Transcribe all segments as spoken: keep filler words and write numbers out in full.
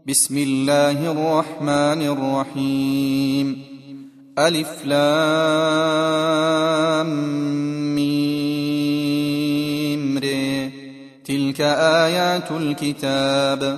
بسم الله الرحمن الرحيم. ألف لام ميم ر. تلك آيات الكتاب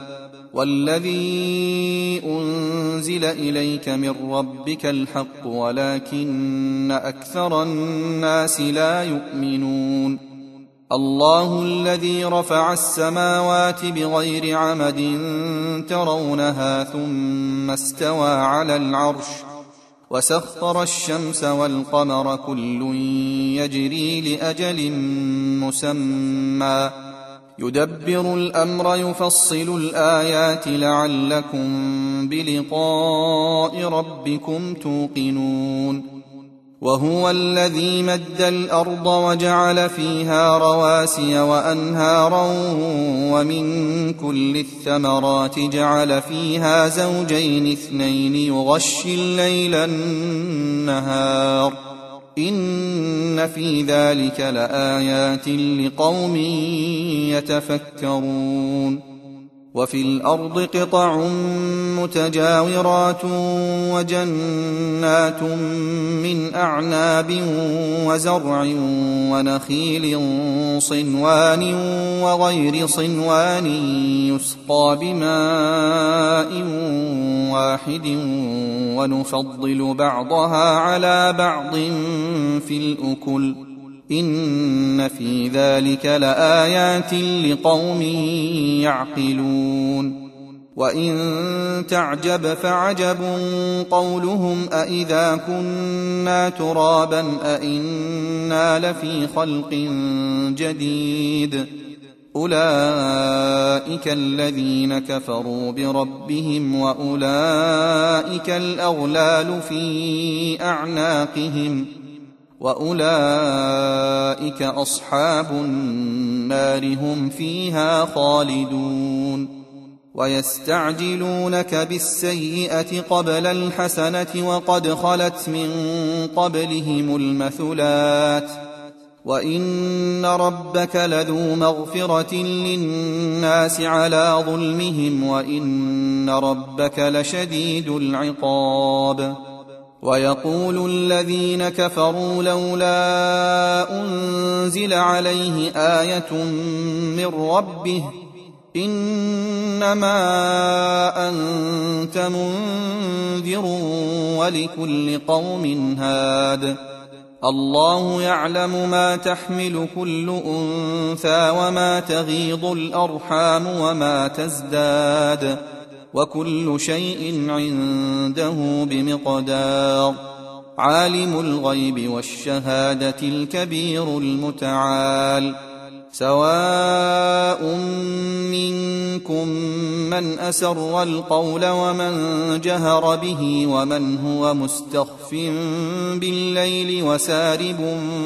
والذي أنزل إليك من ربك الحق ولكن أكثر الناس لا يؤمنون. الله الذي رفع السماوات بغير عمد ترونها ثم استوى على العرش وسخر الشمس والقمر كل يجري لأجل مسمى يدبر الأمر يفصل الآيات لعلكم بلقاء ربكم توقنون. وهو الذي مد الأرض وجعل فيها رواسي وأنهارا ومن كل الثمرات جعل فيها زوجين اثنين يغشي الليل النهار إن في ذلك لآيات لقوم يتفكرون. وفي الأرض قطع متجاورات وجنات من أعناب وزرع ونخيل صنوان وغير صنوان يسقى بماء واحد ونفضل بعضها على بعض في الأكل إن في ذلك لآيات لقوم يعقلون. وإن تعجب فعجب قولهم أإذا كنا ترابا أإنا لفي خلق جديد أولئك الذين كفروا بربهم وأولئك الأغلال في أعناقهم وأولئك أصحاب النار هم فيها خالدون. ويستعجلونك بالسيئة قبل الحسنة وقد خلت من قبلهم المثلات وإن ربك لذو مغفرة للناس على ظلمهم وإن ربك لشديد العقاب. ويقول الذين كفروا لولا أنزل عليه آية من ربه إنما أنت منذر ولكل قوم هاد الله يعلم ما تحمل كل أنثى وما تغيض الأرحام وما تزداد وكل شيء عنده بمقدار. عالم الغيب والشهادة الكبير المتعال. سواء منكم من أسر القول ومن جهر به ومن هو مستخف بالليل وسارب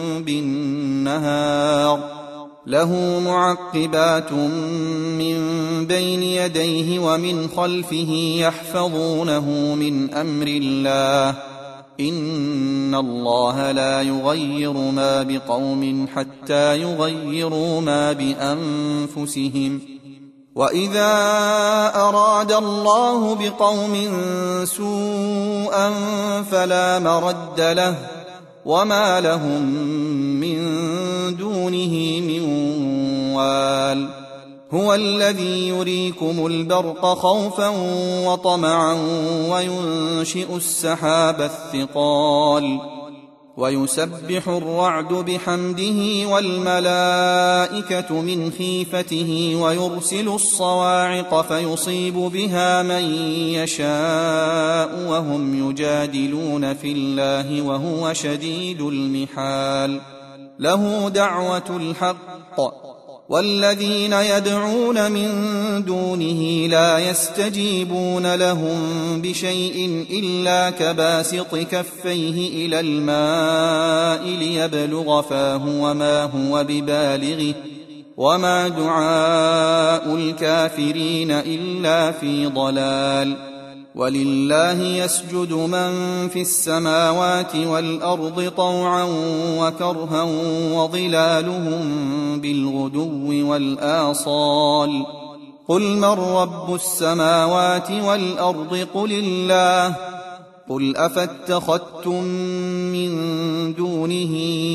بالنهار له معقبات من بين يديه ومن خلفه يحفظونه من أمر الله إن الله لا يغير ما بقوم حتى يغيروا ما بأنفسهم وإذا أراد الله بقوم سوءا فلا مرد له وما لهم من دونه من وال. هو الذي يريكم البرق خوفا وطمعا وينشئ السحاب الثقال ويسبح الرعد بحمده والملائكة من خيفته ويرسل الصواعق فيصيب بها من يشاء وهم يجادلون في الله وهو شديد المحال. له دعوة الحق والذين يدعون من دونه لا يستجيبون لهم بشيء إلا كباسط كفيه إلى الماء ليبلغ فاه وما هو ببالغه وما دعاء الكافرين إلا في ضلال. ولله يسجد من في السماوات والأرض طوعا وكرها وظلالهم بالغدو والآصال قل من رب السماوات والأرض قل الله قل أفاتخذتم من دونه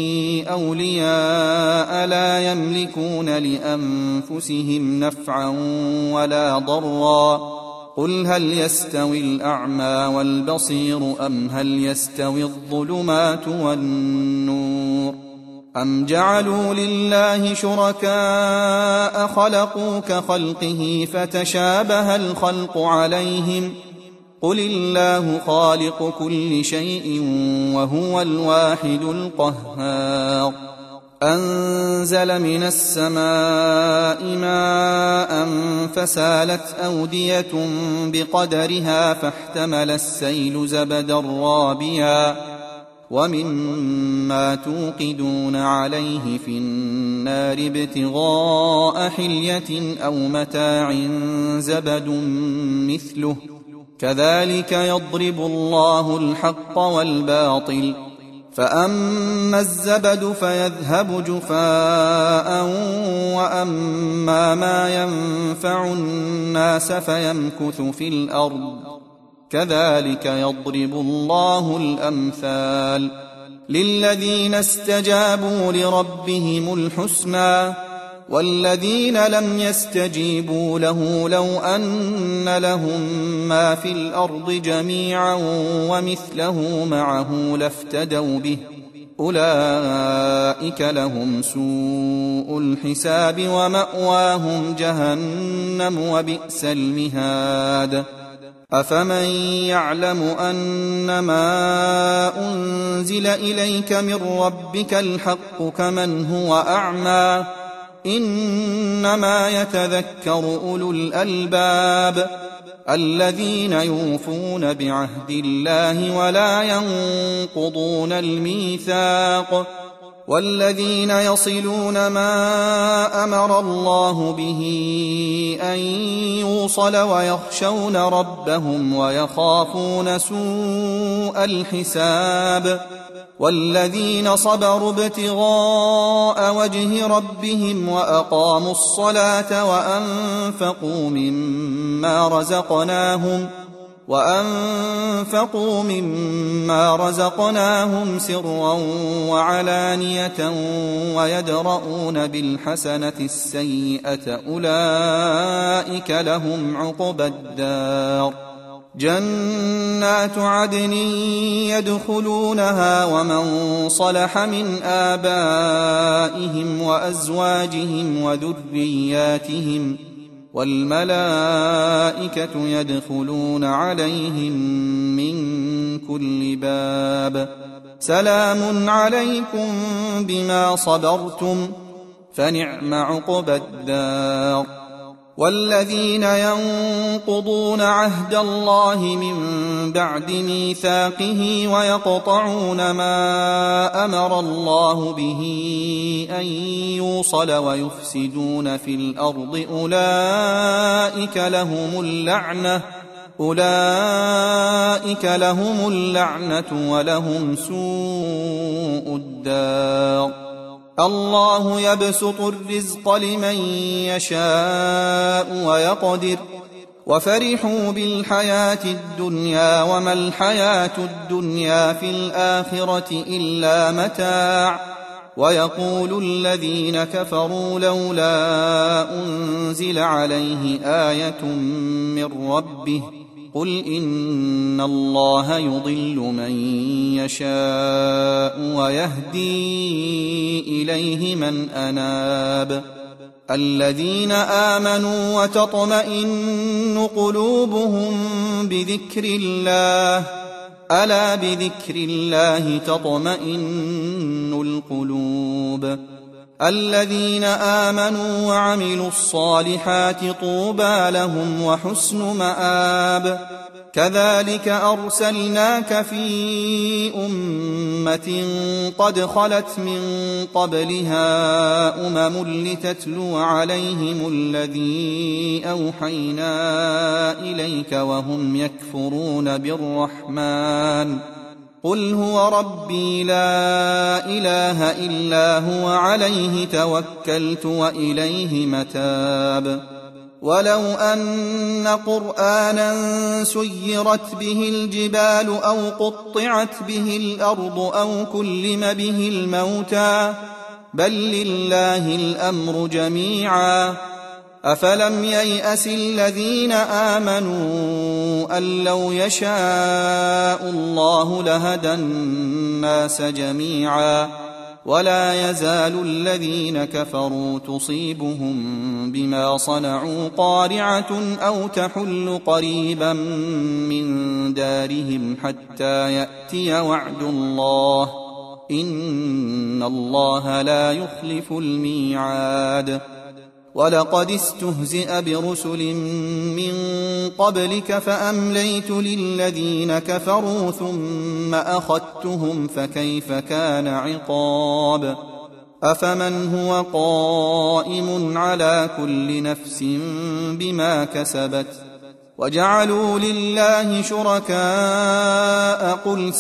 أولياء لا يملكون لأنفسهم نفعا ولا ضرا قل هل يستوي الأعمى والبصير أم هل يستوي الظلمات والنور أم جعلوا لله شركاء خلقوا كخلقه فتشابه الخلق عليهم قل الله خالق كل شيء وهو الواحد القهار أنزل من السماء ماء فسالت أودية بقدرها فاحتمل السيل زبدا رابيا ومما توقدون عليه في النار ابتغاء حلية أو متاع زبد مثله كذلك يضرب الله الحق والباطل فأما الزبد فيذهب جفاء وأما ما ينفع الناس فيمكث في الأرض كذلك يضرب الله الأمثال للذين استجابوا لربهم الحسنى والذين لم يستجيبوا له لو أن لهم ما في الأرض جميعا ومثله معه لافتدوا به أولئك لهم سوء الحساب ومأواهم جهنم وبئس المهاد أفمن يعلم أنما أنزل إليك من ربك الحق كمن هو أعمى إنما يتذكر أولو الألباب الذين يوفون بعهد الله ولا ينقضون الميثاق والذين يصلون ما أمر الله به أن يوصل ويخشون ربهم ويخافون سوء الحساب والذين صبروا ابتغاء وجه ربهم وأقاموا الصلاة وأنفقوا مما رزقناهم وأنفقوا مما رزقناهم سرا وعلانية ويدرؤون بالحسنة السيئة أولئك لهم عقبى الدار جنات عدن يدخلونها ومن صلح من آبائهم وأزواجهم وذرياتهم والملائكة يدخلون عليهم من كل باب سلام عليكم بما صبرتم فنعم عقبى الدار والذين ينقضون عهد الله من بعد ميثاقه ويقطعون ما أمر الله به أن يوصل ويفسدون في الأرض أولئك لهم اللعنة أولئك لهم اللعنة ولهم سوء الدار الله يبسط الرزق لمن يشاء ويقدر وفرحوا بالحياة الدنيا وما الحياة الدنيا في الآخرة إلا متاع ويقول الذين كفروا لولا أنزل عليه آية من ربه قل إن الله يضل من يشاء ويهدي إليه من أناب الذين آمنوا وتطمئن قلوبهم بذكر الله ألا بذكر الله تطمئن القلوب الذين آمنوا وعملوا الصالحات طوبى لهم وحسن مآب كذلك أرسلناك في أمة قد خلت من قبلها أمم لتتلو عليهم الذي أوحينا إليك وهم يكفرون بالرحمن قل هو ربي لا إله إلا هو عليه توكلت وإليه متاب ولو أن قرآنا سيرت به الجبال أو قطعت به الأرض أو كلم به الموتى بل لله الأمر جميعا أفلم ييأس الذين آمنوا أن لو يشاء الله لهدى الناس جميعا ولا يزال الذين كفروا تصيبهم بما صنعوا قارعة أو تحل قريبا من دارهم حتى يأتي وعد الله إن الله لا يخلف الميعاد ولقد استهزئ برسل من قبلك فأمليت للذين كفروا ثم أخذتهم فكيف كان عقاب أفمن هو قائم على كل نفس بما كسبت وجعلوا لله شركاء قل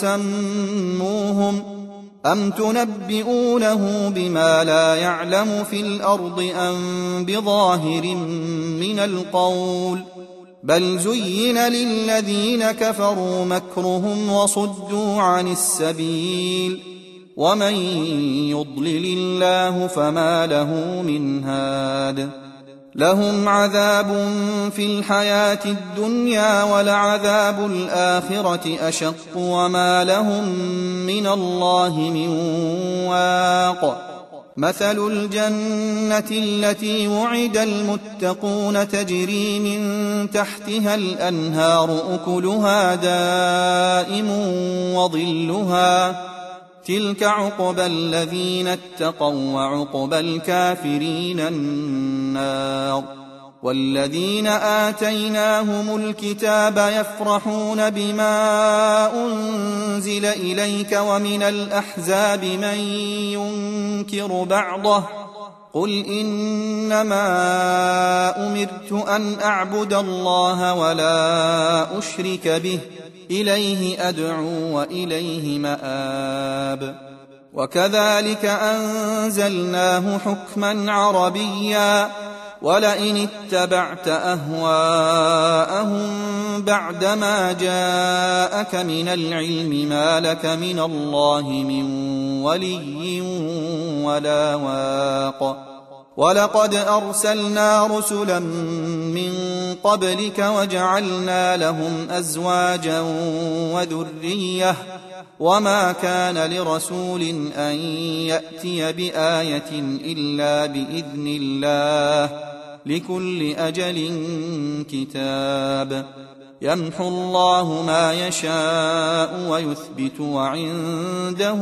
سموهم أم تنبئونه بما لا يعلم في الأرض أم بظاهر من القول بل زين للذين كفروا مكرهم وصدوا عن السبيل ومن يضلل الله فما له من هاد لهم عذاب في الحياة الدنيا ولعذاب الآخرة أشق وما لهم من الله من واق مثل الجنة التي وعد المتقون تجري من تحتها الأنهار أكلها دائم وظلها تلك عقبى الذين اتقوا وعقبى الكافرين النار والذين آتيناهم الكتاب يفرحون بما أنزل إليك ومن الأحزاب من ينكر بعضه قل إنما أمرت أن أعبد الله ولا أشرك به إليه أدعو وإليه مآب وكذلك أنزلناه حكما عربيا ولئن اتبعت أهواءهم بعدما جاءك من العلم ما لك من الله من ولي ولا واق ولقد أرسلنا رسلا من قبلك وجعلنا لهم أزواجا وذرية وما كان لرسول أن يأتي بآية إلا بإذن الله لكل أجل كتاب يمحو الله ما يشاء ويثبت وعنده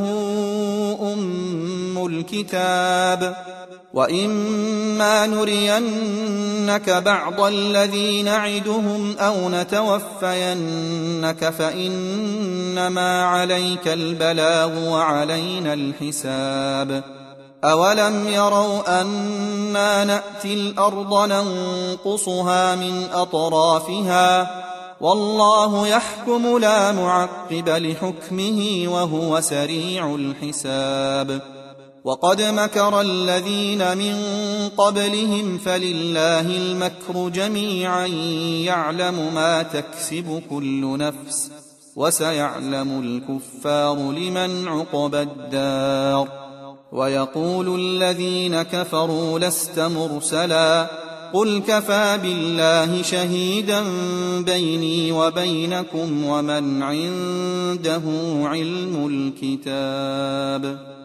أم الكتاب وإما نرينك بعض الذي نعدهم أو نتوفينك فإنما عليك البلاغ وعلينا الحساب أولم يروا أنا نأتي الأرض ننقصها من أطرافها والله يحكم لا معقب لحكمه وهو سريع الحساب وقد مكر الذين من قبلهم فلله المكر جميعا يعلم ما تكسب كل نفس وسيعلم الكفار لمن عقبى الدار ويقول الذين كفروا لست مرسلا قل كفى بالله شهيدا بيني وبينكم ومن عنده علم الكتاب